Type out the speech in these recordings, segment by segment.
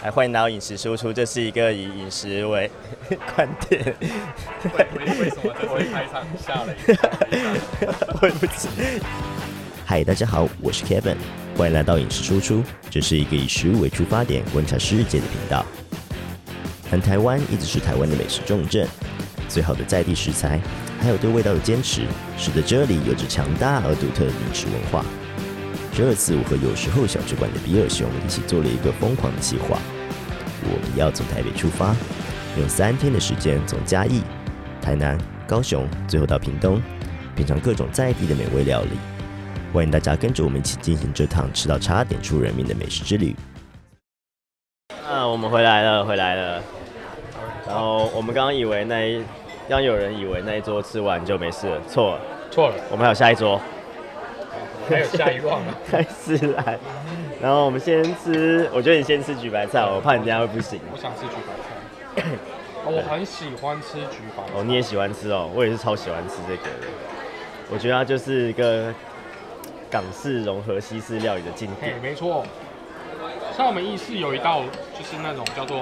欢迎来到饮食输出，这是一个以饮食为观点。 为什么这次开场下了一下？ 我也不知。嗨，大家好，我是 Kevin， 欢迎来到饮食输出，这是一个以食物为出发点观察世界的频道。南台湾一直是台湾的美食重镇，最好的在地食材，还有对味道的坚持，使得这里有着强大而独特的饮食文化。这次我和有时候小吃馆的比尔熊一起做了一个疯狂的计划，我们要从台北出发，用3天的时间从嘉义、台南、高雄，最后到屏东，品尝各种在地的美味料理。欢迎大家跟着我们一起进行这趟吃到差点出人命的美食之旅。我们回来了。然后我们刚刚有人以为那一桌吃完就没事了，错了，我们还有下一桌。 还有下一 round 吗？ 开始来，然后我们先吃，我觉得你先吃焗白菜，我怕你等一下会不行。 我想吃焗白菜，我很喜欢吃焗白菜。 你也喜欢吃哦，我也是超喜欢吃这个的。我觉得它就是一个港式融合西式料理的经典。 没错，像我们义式有一道就是那种叫做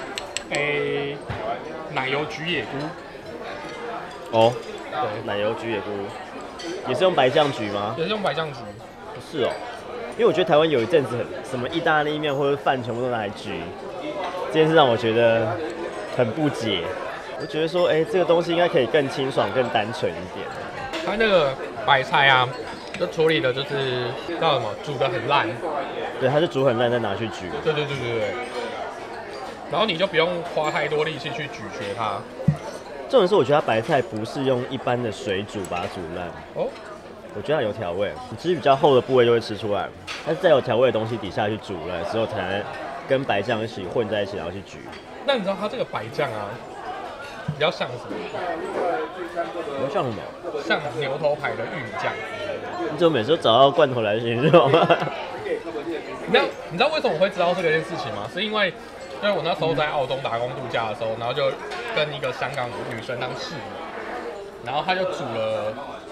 奶油焗野菇。 哦，对，奶油焗野菇。也是用白酱焗吗？ 也是用白酱焗。 是哦，因为我觉得台湾有一阵子什么意大利面或者饭全部都拿来焗，这件事让我觉得很不解。我觉得说，这个东西应该可以更清爽、更单纯一点。 它那个白菜啊，就处理的就是叫什么，煮得很烂。 对，它是煮很烂再拿去焗。 对。然后你就不用花太多力气去咀嚼它。 重点是，我觉得它白菜不是用一般的水煮把它煮烂哦，我觉得它有调味，你吃比较厚的部位就会吃出来，但是在有调味的东西底下去煮了之后，才能跟白酱一起混在一起，然后去焗。 那你知道它这个白酱啊，比较像什么？ 比较像什么？ 像牛头牌的玉米酱。 你怎么每次都找到罐头来形容吗？ 你知道为什么我会知道这个件事情吗？是因为我那时候在澳洲打工度假的时候，然后就跟一个香港女生当室友，然后她就煮了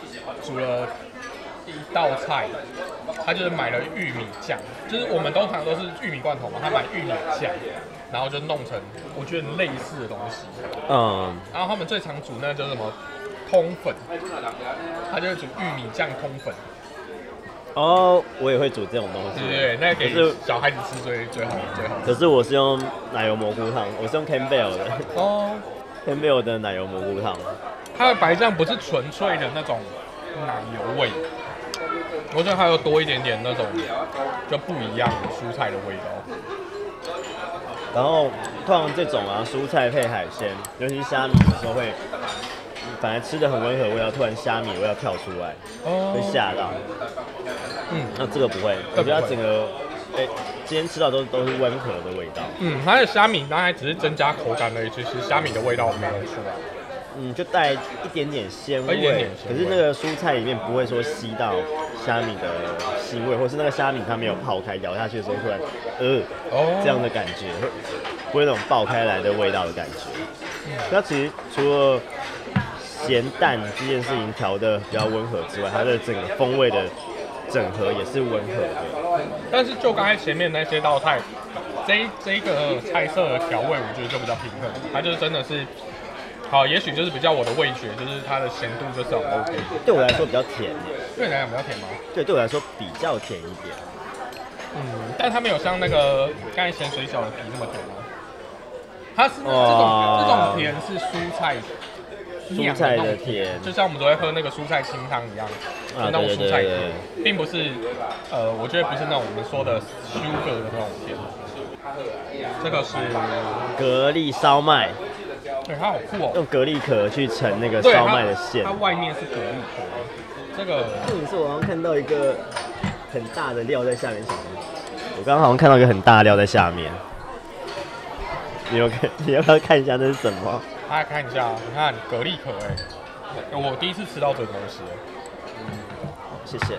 一道菜，她就是买了玉米酱，就是我们通常都是玉米罐头嘛，她买玉米酱，然后就弄成我觉得类似的东西。然后他们最常煮那就是什么通粉，她就会煮玉米酱通粉。 哦，我也会煮这种东西。 对，那给小孩子吃最好。 可是我是用奶油蘑菇汤，我是用 Campbell 的。Campbell 的奶油蘑菇汤。 它的白酱不是纯粹的那种奶油味，我觉得还有多一点点那种就不一样的蔬菜的味道。 然后通常这种蔬菜配海鲜，尤其是虾米的时候会。本来吃的很温和味道，突然虾米味道跳出来，会吓到。那这个不会，我觉得它整个，今天吃到都是温和的味道。 它的虾米刚才只是增加口感而已，其实虾米的味道没有出来。 就带一点点鲜味，可是那个蔬菜里面不会说吸到虾米的腥味，或是那个虾米它没有泡开，咬下去的时候突然，这样的感觉，不会那种爆开来的味道的感觉。它其实除了咸淡这件事情调的比较温和之外，它的整个风味的整合也是温和的。 但是就刚才前面那些道菜，这个菜色的调味，我觉得就比较平衡，它就真的是好，也许就是比较我的味觉，就是它的咸度就是很 OK。 对我来说比较甜。 对你来讲比较甜吗？ 对我来说比较甜一点。 但它没有像那个刚才咸水饺的皮那么甜吗？它是这种甜是蔬菜的甜，就像我们昨天喝那个蔬菜清汤一样，就那种蔬菜甜，并不是我觉得不是那种我们说的 sugar 的那种甜。这个是蛤蜊烧麦， 对，它好酷哦， 用蛤蜊壳去盛那个烧麦的馅， 它外面是蛤蜊壳。这个重点是我刚刚看到一个很大的料在下面，我刚刚好像看到一个很大的料在下面。你要不要看一下那是什么？ 大家看一下，你看蛤蜊壳我第一次吃到这个东西。 谢谢。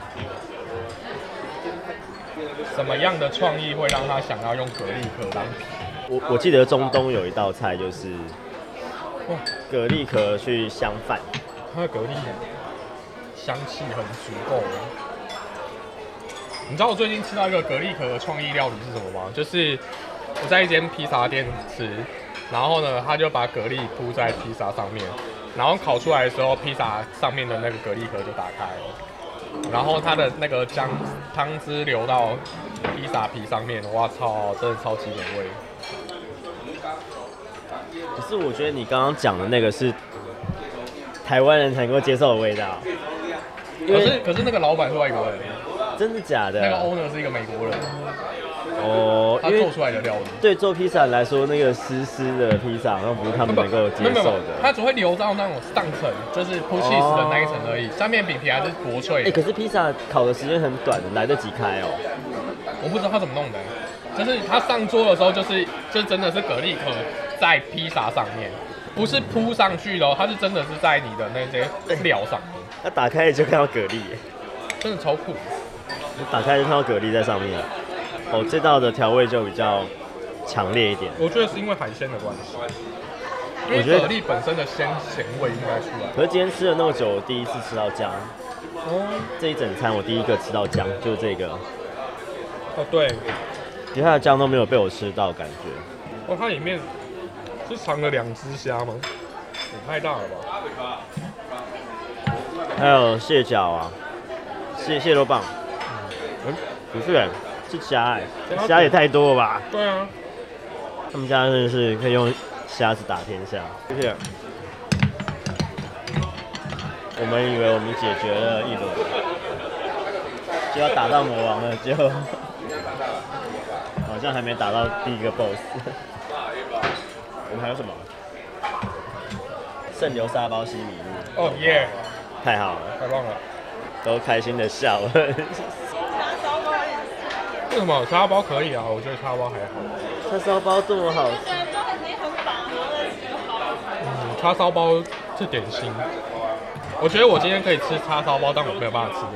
什么样的创意会让他想要用蛤蜊壳当皮？ 我记得中东有一道菜就是蛤蜊壳去香饭， 它的蛤蜊香气很足够。你知道我最近吃到一个蛤蜊壳的创意料理是什么吗？就是我在一间披萨店吃，然后呢，他就把蛤蜊铺在披萨上面，然后烤出来的时候，披萨上面的那个蛤蜊壳就打开了，然后它的那个汤汁流到披萨皮上面，哇操，真的超级美味。 可是我觉得你刚刚讲的那个是台湾人才能够接受的味道。 可是那个老板是外国人， 真的假的？ 那个 owner 是一个美国人。 哦， 他做出来的料理， 对做披萨来说，那个湿的披萨好像不是他们能够接受的。 它只会留到那种上层，就是铺 cheese 的那一层而已，下面饼皮还是薄脆的。 可是披萨烤的时间很短，来得及开哦。 我不知道他怎么弄的，就是他上桌的时候，就真的是蛤蜊壳在披萨上面，不是铺上去的哦，它是真的是在你的那些料上面。 那打开就看到蛤蜊，真的超酷。 我打开就看到蛤蜊在上面。哦，这道的调味就比较强烈一点。 我觉得是因为海鲜的关系，因为蛤蜊本身的鲜味应该出来。 可是今天吃了那么久，我第一次吃到姜。这一整餐我第一个吃到姜，就是这个。 哦，对， 其他的姜都没有被我吃到，感觉。 哦，它里面是藏了2只虾吗？也太大了吧！ 还有蟹脚啊，蟹肉棒。不是，是虾虾也太多了吧？ 对啊， 他们家真的是可以用虾子打天下。谢谢。我们以为我们解决了一轮，就要打到魔王了，结果好像还没打到第一个 BOSS。我们还有什么？圣流沙包西米露。 哦耶！ 太好了， 太棒了， 都开心的笑了。 为什么叉烧包可以啊？我觉得叉烧包还好。 叉烧包这么好吃。 叉烧包是点心。我觉得我今天可以吃叉烧包，但我没有办法吃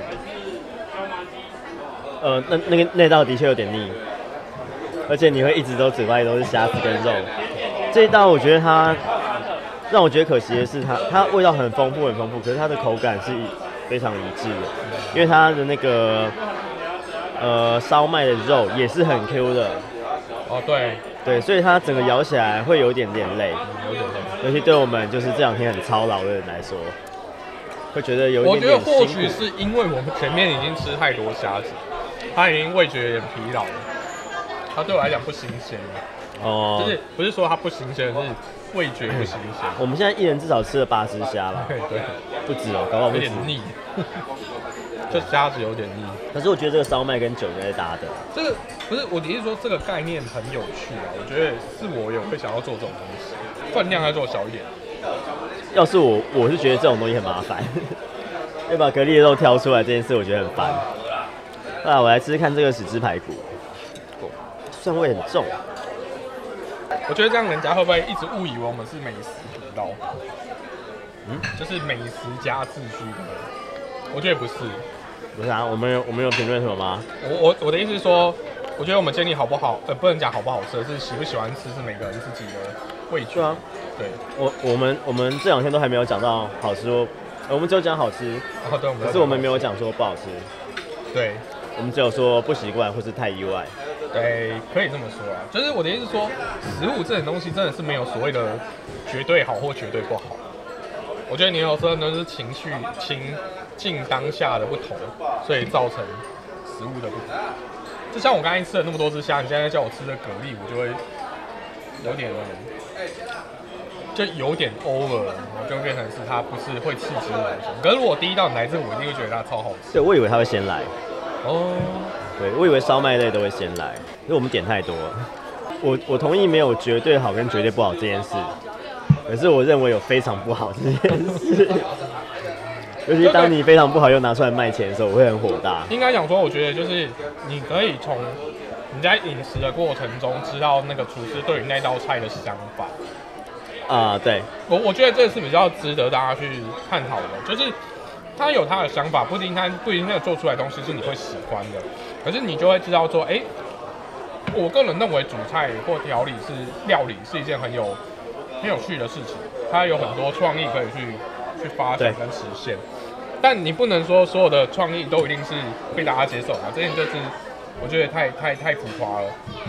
这个。那道的确有点腻，而且你会一直都嘴巴里都是虾子跟肉。这一道我觉得它让我觉得可惜的是它味道很丰富，可是它的口感是非常一致的，因为它的那个烧麦的肉也是很 Q 的。 哦， 对，所以它整个咬起来会有点累，尤其对我们就是这2天很操劳的人来说，会觉得有一点辛苦。 我觉得或许是因为我们前面已经吃太多虾子，它已经味觉有点疲劳了，它对我来讲不新鲜了。哦，就是不是说它不新鲜，是味觉不新鲜。 我们现在一人至少吃了8只虾了， 对， 不止哦，搞不好不止。 有点腻。就虾子有点腻， 可是我觉得这个烧麦跟酒应该是搭的。 这个不是我的意思，说这个概念很有趣啊。我觉得是我也会想要做这种东西，分量要做小一点。 要是我是觉得这种东西很麻烦，要把蛤蜊的肉挑出来这件事，我觉得很烦。我来吃吃看这个豉汁排骨，蒜味很重。 我觉得这样人家会不会一直误以为我们是美食频道？就是美食加自居的。我觉得不是。 不是啊，我们有评论什么吗？ 我的意思是说，我觉得我们建立好不好，不能讲好不好吃，是喜不喜欢吃是每个人自己的味觉。 啊，对。我们这2天都还没有讲到好吃，我们只有讲好吃。 哦，对， 可是我们没有讲说不好吃。 对， 我们只有说不习惯或是太意外。 对，可以这么说啊。就是我的意思是说，食物这种东西真的是没有所谓的绝对好或绝对不好。我觉得你有时候都是情境当下的不同，所以造成食物的不同。就像我刚才吃了那么多只虾，你现在叫我吃的蛤蜊，我就会有点 over， 就变成是它不是会刺激我的。可是如果第一道你来这，我一定会觉得它超好吃。 对，我以为它会先来。 哦， 对，我以为烧麦类都会先来，因为我们点太多了。我同意没有绝对好跟绝对不好这件事，可是我认为有非常不好这件事。尤其当你非常不好又拿出来卖钱的时候，我会很火大。 应该讲说，我觉得就是你可以从你在饮食的过程中知道那个厨师对于那道菜的想法。 对， 我觉得这是比较值得大家去探讨的，就是他有他的想法，不一定那个做出来的东西是你会喜欢的，可是你就会知道说，我个人认为煮菜或料理是一件很有趣的事情，它有很多创意可以去发展跟实现。但你不能说所有的创意都一定是被大家接受啊，这件就是我觉得太浮夸了。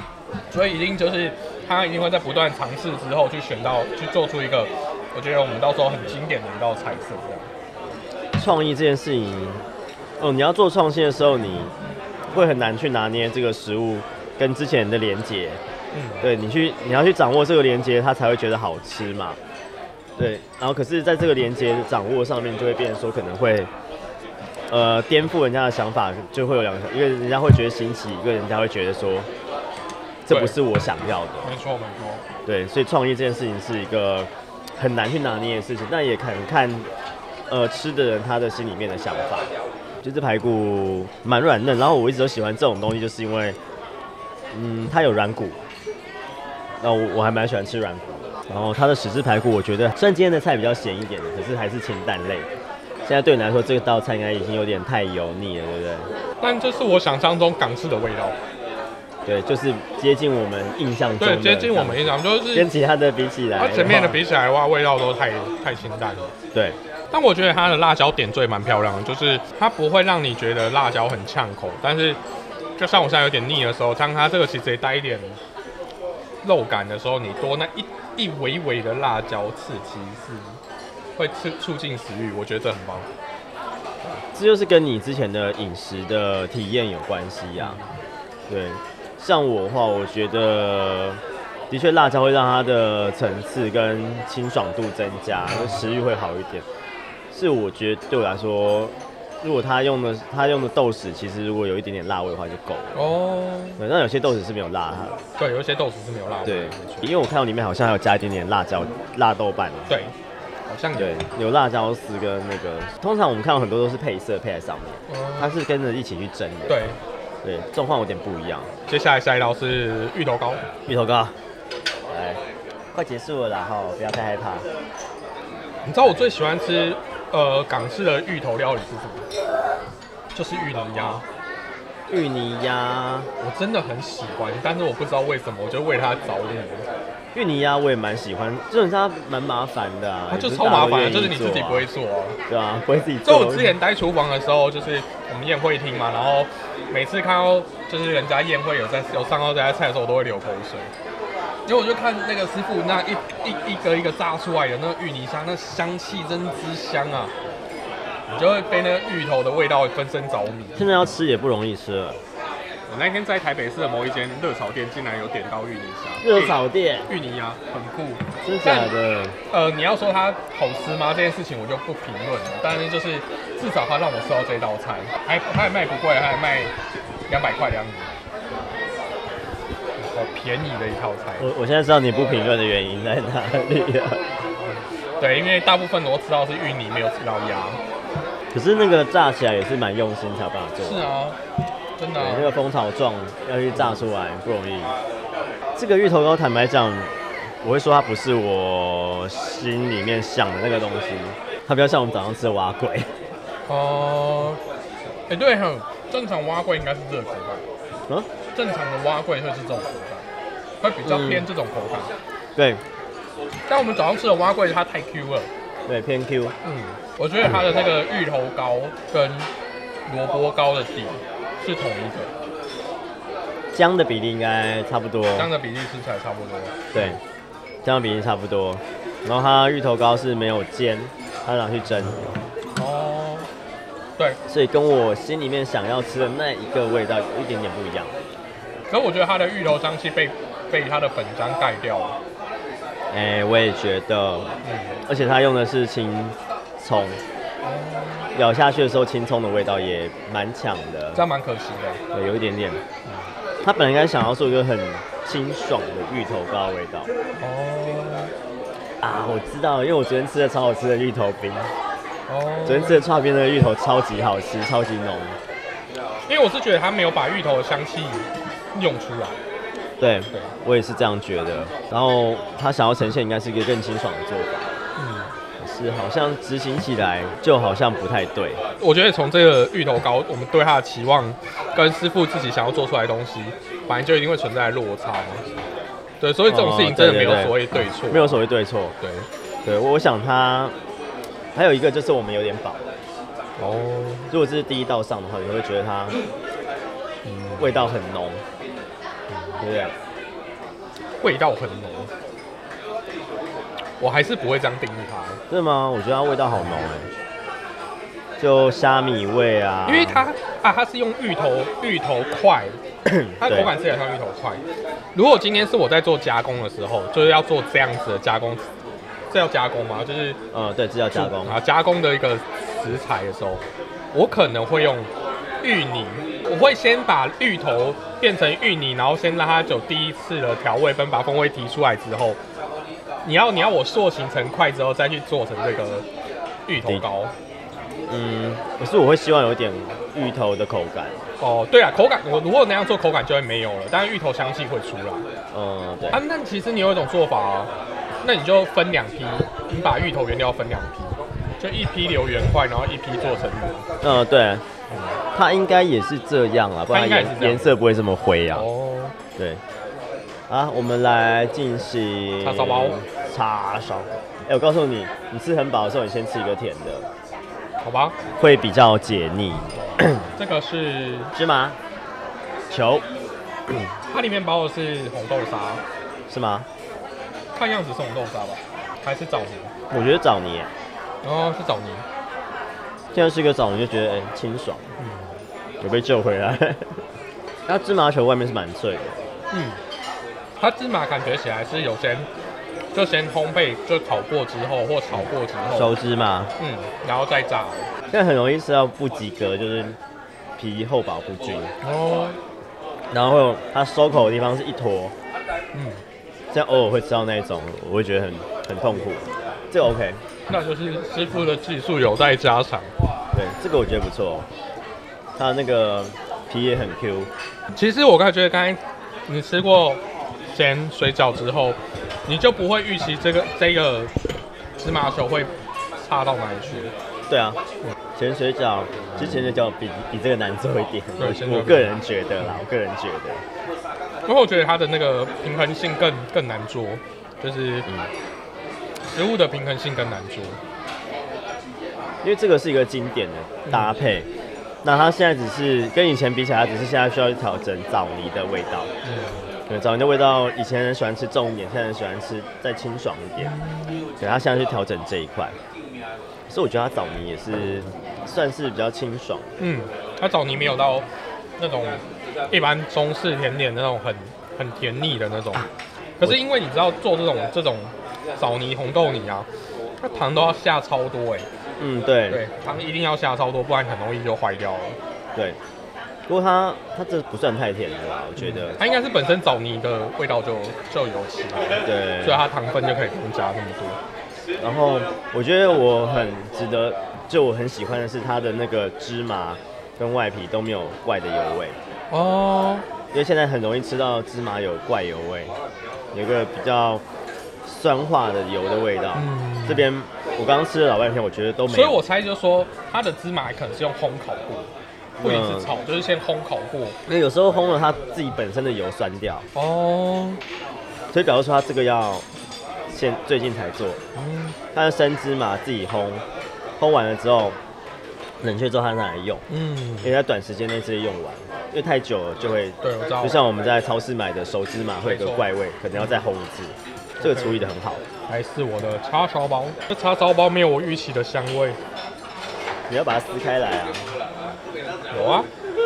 所以一定就是他一定会在不断尝试之后去做出一个，我觉得我们到时候很经典的一道菜色这样。 创意这件事情，你要做创新的时候，你会很难去拿捏这个食物跟之前的连结。对，你要去掌握这个连结，它才会觉得好吃嘛。对，然后可是在这个连结掌握上面，就会变成说可能会颠覆人家的想法，就会有两个，一个人家会觉得新奇，一个人家会觉得说这不是我想要的。 没错。 对，所以创意这件事情是一个很难去拿捏的事情，但也看吃的人他的心里面的想法。就这排骨蛮软嫩，然后我一直都喜欢这种东西，就是因为它有软骨，那我还蛮喜欢吃软骨。然后它的豉汁排骨，我觉得虽然今天的菜比较咸一点，可是还是清淡类。现在对你来说，这道菜应该已经有点太油腻了，对不对？ 但这是我想象中港式的味道。 对，就是接近我们印象中的。 对，接近我们印象就是跟其他的比起来， 它前面的比起来的话，味道都太清淡了。 对。 但我觉得它的辣椒点缀蛮漂亮的，就是它不会让你觉得辣椒很呛口，但是就像我现在有点腻的时候，像它这个其实也带一点肉感的时候，你多那一微微的辣椒刺激是会促进食欲，我觉得这很棒。 这就是跟你之前的饮食的体验有关系呀。对，像我的话，我觉得的确辣椒会让它的层次跟清爽度增加，食欲会好一点。是我觉得对我来说，如果他用的豆豉，其实如果有一点点辣味的话就够了。哦。对，那有些豆豉是没有辣的。 对，有一些豆豉是没有辣的。 对，因为我看到里面好像还有加一点点辣椒、辣豆瓣。 对，好像对，有辣椒丝跟那个，通常我们看到很多都是配色配在上面，它是跟着一起去蒸的。 对， 对，状况有点不一样。 接下来下一道是芋头糕。 芋头糕，来，快结束了啦，哈，不要太害怕。 你知道我最喜欢吃港式的芋头料理是什么？就是芋泥鸭。 芋泥鸭， 我真的很喜欢，但是我不知道为什么，我就为它着迷。 芋泥鸭我也蛮喜欢，这种它蛮麻烦的啊， 它就超麻烦的，就是你自己不会做啊。 对啊，不会自己做。 就我之前待厨房的时候，就是我们宴会厅嘛，然后每次看到就是人家宴会有上到这家菜的时候，我都会流口水。因为我就看那个师傅那一个一个炸出来的那个芋泥虾，那香气真之香啊！你就会被那个芋头的味道深深着迷。 现在要吃也不容易吃了。 我那天在台北市的某一间热炒店，竟然有点到芋泥虾。 热炒店， 芋泥鸭很酷， 真的假的？ 你要说它好吃吗？这件事情我就不评论了。但是就是至少它让我吃到这道菜，还卖不贵，还卖200块的样子。好便宜的一套菜。 我现在知道你不评论的原因在哪里了。 对，因为大部分我吃到是芋泥，没有吃到鸭。 可是那个炸起来也是蛮用心才有办法做。 是啊，真的、啊。 那个蜂巢状要去炸出来不容易。这个芋头糕，坦白讲，我会说它不是我心里面想的那个东西，它比较像我们早上吃的蛙粿。 哦、对，正常蛙粿应该是这个口感。嗯。正常的蛙粿会是这种口感，会比较偏这种口感。 对。 但我们早上吃的蛙粿它太 Q 了。 对，偏 Q。 我觉得它的那个芋头糕跟萝卜糕的底是同一个。 姜的比例应该差不多。 姜的比例吃起来差不多。 对，姜的比例差不多。然后它芋头糕是没有煎，它拿去蒸。 哦。对。 所以跟我心里面想要吃的那一个味道有一点点不一样。 可是我觉得它的芋头香气被它的粉浆盖掉了。 我也觉得，而且它用的是青葱，咬下去的时候青葱的味道也蛮强的， 这样蛮可惜的。 对，有一点点。他本来应该想要做一个很清爽的芋头糕的味道。我知道了，因为我昨天吃的超好吃的芋头冰。昨天吃的串冰的芋头超级好吃，超级浓。 因为我是觉得他没有把芋头的香气用出来。 对，我也是这样觉得。然后他想要呈现应该是一个更清爽的做法。可是好像执行起来就好像不太对。 我觉得从这个芋头糕，我们对它的期望跟师傅自己想要做出来的东西，本来就一定会存在落差嘛。对，所以这种事情真的没有所谓对错， 没有所谓对错。对，我想他还有一个就是我们有点饱。如果这是第一道上的话，你会觉得它味道很浓。对不对？ 味道很浓，我还是不会这样定义它。 真的吗？我觉得它味道好浓就虾米味啊， 因为它是用芋头块，它口感吃起来像芋头块。如果今天是我在做加工的时候，就是要做这样子的加工，这要加工吗？就是对，这叫加工啊，加工的一个食材的时候，我可能会用芋泥，我会先把芋头变成芋泥，然后先让它有第一次的调味，把风味提出来之后，你要我塑形成块之后，再去做成这个芋头糕。 可是我会希望有点芋头的口感。 对啊，口感我如果那样做，口感就会没有了，但是芋头香气会出来。 对。 那其实你有一种做法啊，那你就分2批，你把芋头原料分2批，就一批留原块，然后一批做成芋。 对。它应该也是这样啦，不然颜色不会这么灰啊。对。我们来进行叉烧包。 叉烧。我告诉你，你吃很饱的时候，你先吃一个甜的。 好吧， 会比较解腻。 这个是芝麻球， 它里面包的是红豆沙， 是吗？ 看样子是红豆沙吧，还是枣泥？ 我觉得枣泥。 是枣泥。 现在是个枣泥，就觉得清爽，有被救回来。它芝麻球外面是蛮脆的。 它芝麻感觉起来是有先烘焙，就烤过之后或炒过之后熟芝麻， 然后再炸。 现在很容易吃到不及格，就是皮厚薄不均。然后它收口的地方是一坨，这样偶尔会吃到那种，我会觉得很痛苦。这个 OK， 那就是师傅的技术有待加强。 对，这个我觉得不错，它那个皮也很 Q。 其实我觉得刚才你吃过咸水饺之后，你就不会预期这个芝麻球会差到哪里去。 对啊，咸水饺之前的饺比这个难做一点。我个人觉得啦，因为我觉得它的那个平衡性更难做，就是食物的平衡性更难做。 因为这个是一个经典的搭配，那它现在只是跟以前比起来，它只是现在需要调整枣泥的味道。枣泥的味道，以前人喜欢吃重一点，现在人喜欢吃再清爽一点。对，它现在去调整这一块，所以我觉得它枣泥也是算是比较清爽。 它枣泥没有到那种一般中式甜点的那种很甜腻的那种。可是因为你知道做这种枣泥红豆泥啊，它糖都要下超多对， 糖一定要下超多，不然很容易就坏掉了。 对。不过它这不算太甜的啦，我觉得。 它应该是本身枣泥的味道就有起来， 对， 所以它糖分就可以不用加那么多。 然后我觉得我很值得，就我很喜欢的是它的那个芝麻跟外皮都没有怪的油味。因为现在很容易吃到芝麻有怪油味，有个比较酸化的油的味道。这边我刚刚吃了老半天，我觉得都没有。 所以我猜就是说它的芝麻可能是用烘烤过。不一定是炒，就是先烘烤过。 因为有时候烘了它自己本身的油酸掉。所以表示说它这个要最近才做。它的生芝麻自己烘完了之后，冷却之后它拿来用。因为在短时间内直接用完，因为太久了就会。 对，我知道。 就像我们在超市买的熟芝麻会有个怪味，可能要再烘一次。这个处理得很好。 还是我的叉烧包，这叉烧包没有我预期的香味。 你要把它撕开来啊。 有啊，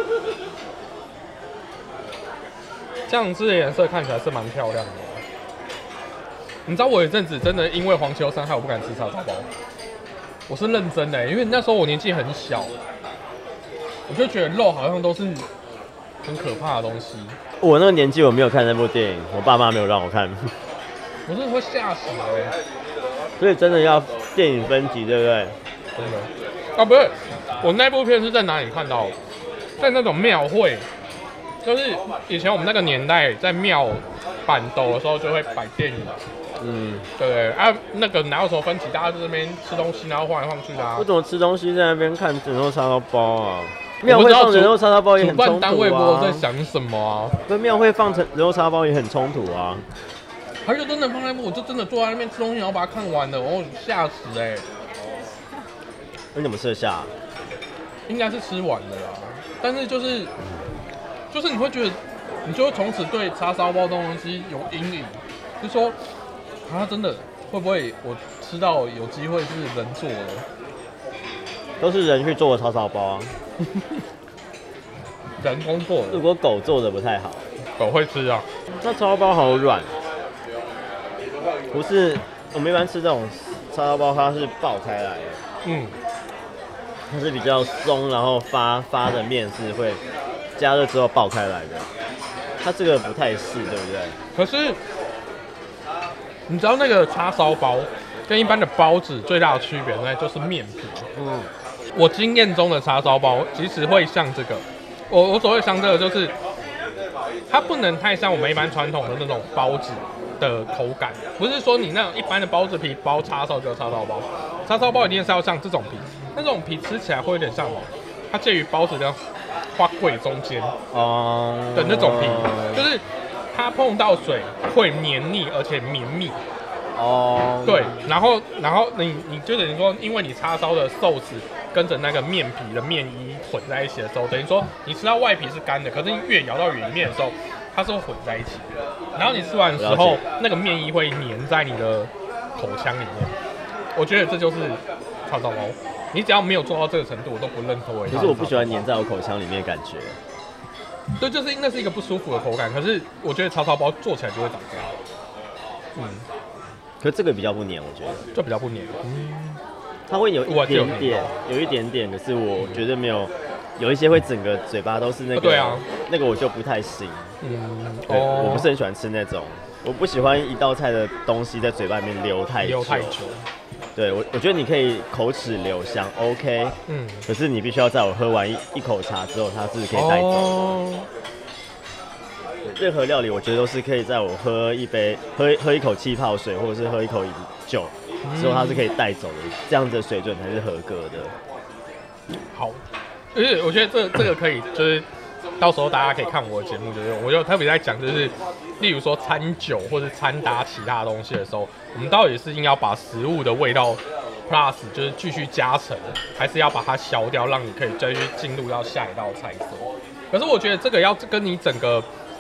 这样子的颜色看起来是蛮漂亮的。你知道我有一阵子真的因为黄球伤害我不敢吃叉烧包，我是认真的因为那时候我年纪很小，我就觉得肉好像都是很可怕的东西。 我那个年纪我没有看那部电影，我爸妈没有让我看。 我真的会吓死所以真的要电影分级，对不对？ 真的。不是。我那部片是在哪里看到？在那种庙会，就是以前我们那个年代在庙板斗的时候就会摆电影。对那个哪有什么分歧？大家在那边吃东西，然后晃来晃去的。 我怎么吃东西在那边看人肉叉烧包啊？庙会放人肉叉烧包也很冲突啊。主办单位不知道在想什么啊？ 跟庙会放人肉叉烧包也很冲突啊。 他就真的放在那边，我就真的坐在那边吃东西，然后把它看完了，我吓死你怎么吃得下？ 应该是吃完的啦，但是就是你会觉得，你就会从此对叉烧包这种东西有阴影。 就说啊，真的会不会我吃到有机会是人做的？ 都是人去做的叉烧包啊， 人工做的。 如果狗做的不太好， 狗会吃啊。 那叉烧包好软，不是我们一般吃这种叉烧包，它是爆开来的，它是比较松，然后发的面是会加热之后爆开来的，它这个不太是，对不对？ 可是你知道那个叉烧包跟一般的包子最大的区别呢，就是面皮。我经验中的叉烧包其实会像这个，我所谓像这个就是它不能太像我们一般传统的那种包子的口感，不是说你那种一般的包子皮包叉烧就是叉烧包，叉烧包一定是要像这种皮，那种皮吃起来会有点像它介于包子跟花桂中间的那种皮，就是它碰到水会黏腻而且绵密。对，然后你就等于说，因为你叉烧的寿司跟着那个面皮的面衣混在一起的时候，等于说你吃到外皮是干的，可是你越咬到里面的时候，它是会混在一起的。然后你吃完的时候，那个面衣会粘在你的口腔里面。我觉得这就是叉烧包。你只要没有做到这个程度，我都不认同为。 其实我不喜欢粘在我口腔里面的感觉。 对，就是那是一个不舒服的口感。可是我觉得叉烧包做起来就会长这样。 可是这个比较不黏，我觉得就比较不黏。 它会有一点点，可是我觉得没有一些会整个嘴巴都是那个， 对啊， 那个我就不太行。我不是很喜欢吃那种，我不喜欢一道菜的东西在嘴巴里面留太久。对，我觉得你可以口齿留香 ，OK，可是你必须要在我喝完一口茶之后，它是可以带走的。任何料理，我觉得都是可以在我喝一口气泡水，或者是喝一口酒之后，它是可以带走的，这样的水准才是合格的。 好，而且我觉得这个可以，就是到时候大家可以看我的节目，就是我就特别在讲，就是例如说掺酒或者掺搭其他东西的时候，我们到底是应要把食物的味道 plus 就是继续加成，还是要把它消掉，让你可以再去进入到下一道菜色？可是我觉得这个要跟你整个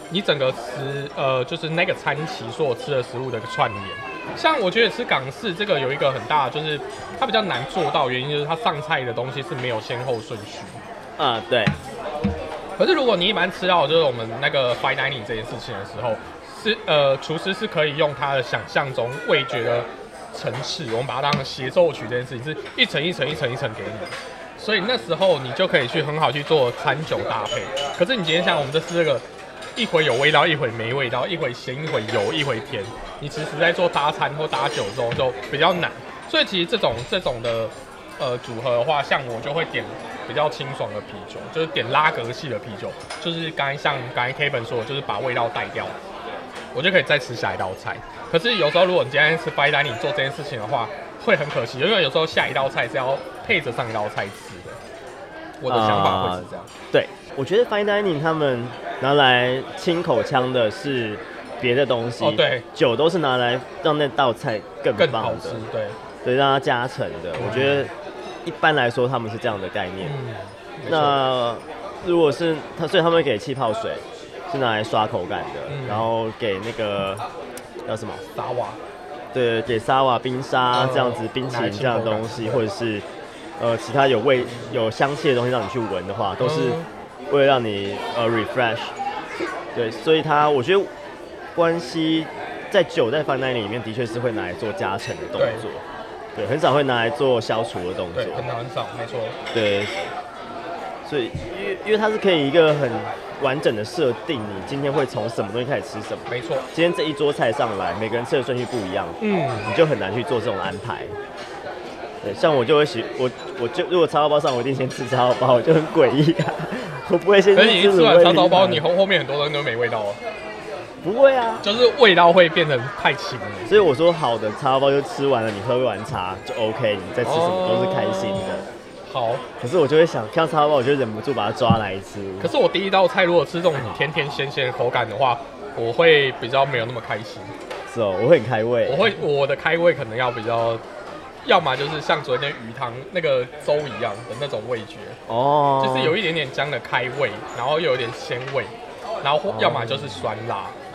就是那个餐期所吃的食物的串联。像我觉得吃港式这个有一个很大的，就是它比较难做到，原因就是它上菜的东西是没有先后顺序。 对。 可是如果你一般吃到就是我们那个 fine dining 这件事情的时候，是厨师是可以用他的想象中味觉的层次，我们把它当成协奏曲这件事情，是一层一层一层一层给你。所以那时候你就可以去很好去做餐酒搭配。可是你今天像我们这是这个。一回有味道，一回没味道，一回咸，一回油，一回甜。你其实在做搭餐或搭酒之后就比较难，所以其实这种的组合的话，像我就会点比较清爽的啤酒，就是点拉格系的啤酒，就是像刚才 Kevin 说的，就是把味道带掉，我就可以再吃下一道菜。可是有时候如果你今天是 fine dining 做这件事情的话，会很可惜，因为有时候下一道菜是要配着上一道菜吃的。我的想法会是这样。 对，我觉得 fine dining 他们拿来清口腔的是别的东西， 对， 酒都是拿来让那道菜更棒的，对，让它加成的。我觉得一般来说他们是这样的概念。那如果是所以他们会给气泡水，是拿来刷口感的，然后给那个叫什么沙瓦， 对，给沙瓦冰沙这样子冰淇淋这样的东西，或者是其他有香气的东西让你去闻的话，都是为了让你refresh。对，所以我觉得关系在酒在fine dining里面的确是会拿来做加成的动作，对，很少会拿来做消除的动作， 对，很少，没错。 对，所以因为它是可以一个很完整的设定，你今天会从什么东西开始吃什么， 没错。 今天这一桌菜上来，每个人吃的顺序不一样，你就很难去做这种安排。对，像我就会我就如果叉烧包上，我一定先吃叉烧包，我就很诡异啊。我不会先吃。 可是你一吃完叉烧包，你后面很多东西都没味道哦。 不会啊， 就是味道会变成太轻了。 所以我说好的叉烧包就吃完了，你喝完茶就 OK， 你再吃什么都是开心的。 好。可是我就会想看到叉烧包，我就忍不住把它抓来吃。 可是我第一道菜如果吃这种甜甜咸咸的口感的话，我会比较没有那么开心。 是哦，我会很开胃。 我的开胃可能要比较。要么就是像昨天鱼汤那个粥一样的那种味觉，就是有一点点姜的开胃，然后又有点鲜味，然后要么就是酸辣，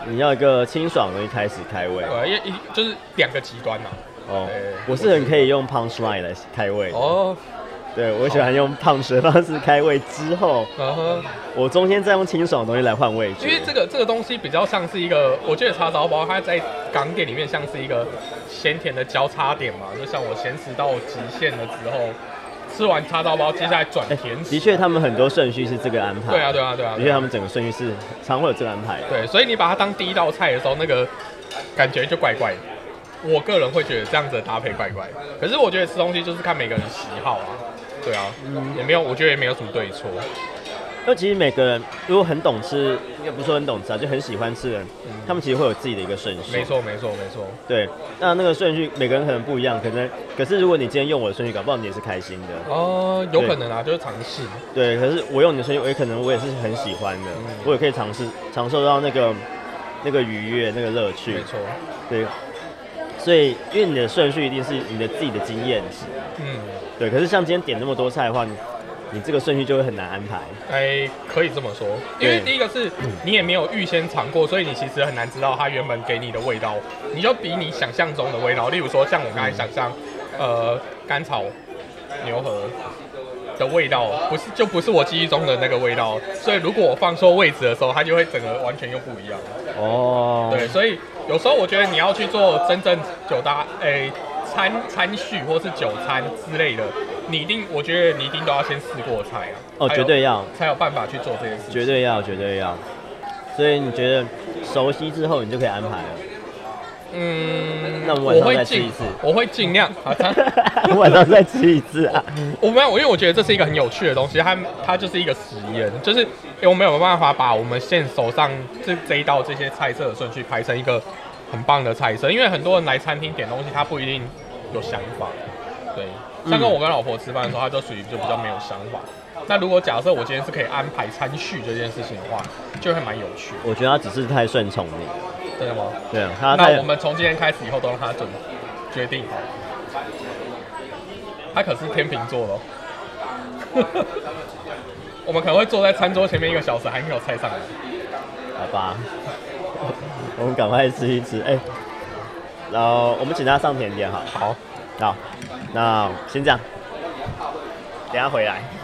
你要一个清爽的东西开始开胃。 对，因为就是2个极端嘛。 哦，我是很可以用 punch line 来开胃。哦。对，我喜欢用胖水的方式开胃之后，我中间再用清爽的东西来换味觉。 因为这个东西比较像是一个，我觉得叉烧包它在港点里面像是一个咸甜的交叉点嘛，就像我咸食到极限了之后，吃完叉烧包，接下来转甜食。 的确，他们很多顺序是这个安排。 对啊。 的确，他们整个顺序是常会有这个安排。 对，所以你把它当第一道菜的时候，那个感觉就怪怪的。我个人会觉得这样子的搭配怪怪的，可是我觉得吃东西就是看每个人喜好啊。对啊，也没有，我觉得也没有什么对错。 因为其实每个人如果很懂吃，应该不是说很懂吃啊，就很喜欢吃的人，他们其实会有自己的一个顺序。 没错。 对，那个顺序每个人可能不一样，可是如果你今天用我的顺序，搞不好你也是开心的。 哦，有可能啊，就是尝试。 对，可是我用你的顺序，我也是很喜欢的，我也可以尝受到那个愉悦，那个乐趣。 没错。 对。所以，因为你的顺序一定是你的自己的经验值，对。可是像今天点那么多菜的话，你这个顺序就会很难安排。 可以这么说，因为第一个是你也没有预先尝过，所以你其实很难知道它原本给你的味道，你就比你想象中的味道，例如说像我刚才想象，甘草牛河的味道，不是我记忆中的那个味道，所以如果我放错位置的时候，它就会整个完全又不一样。哦，对，所以有时候我觉得你要去做真正酒搭餐序或是酒餐之类的，我觉得你一定都要先试过菜啊。 哦，绝对要， 才有办法去做这件事情。 绝对要。所以你觉得熟悉之后，你就可以安排了？那我们晚上再吃一次。 我会尽量。 晚上再吃一次啊？ 我没有，因为我觉得这是一个很有趣的东西，它就是一个实验，就是我没有办法把我们现手上这一道这些菜色的顺序排成一个很棒的菜色，因为很多人来餐厅点东西，他不一定有想法。对，像跟我跟老婆吃饭的时候，他就属于就比较没有想法。那如果假设我今天是可以安排餐序这件事情的话，就会蛮有趣的。 我觉得他只是太顺从你。 真的吗？ 对啊， 那我们从今天开始以后都让他决定好。他可是天秤座的。我们可能会坐在餐桌前面1个小时，还没有菜上来。 好吧，我们赶快吃一吃。然后我们请他上甜点好。好，那先这样，等一下回来。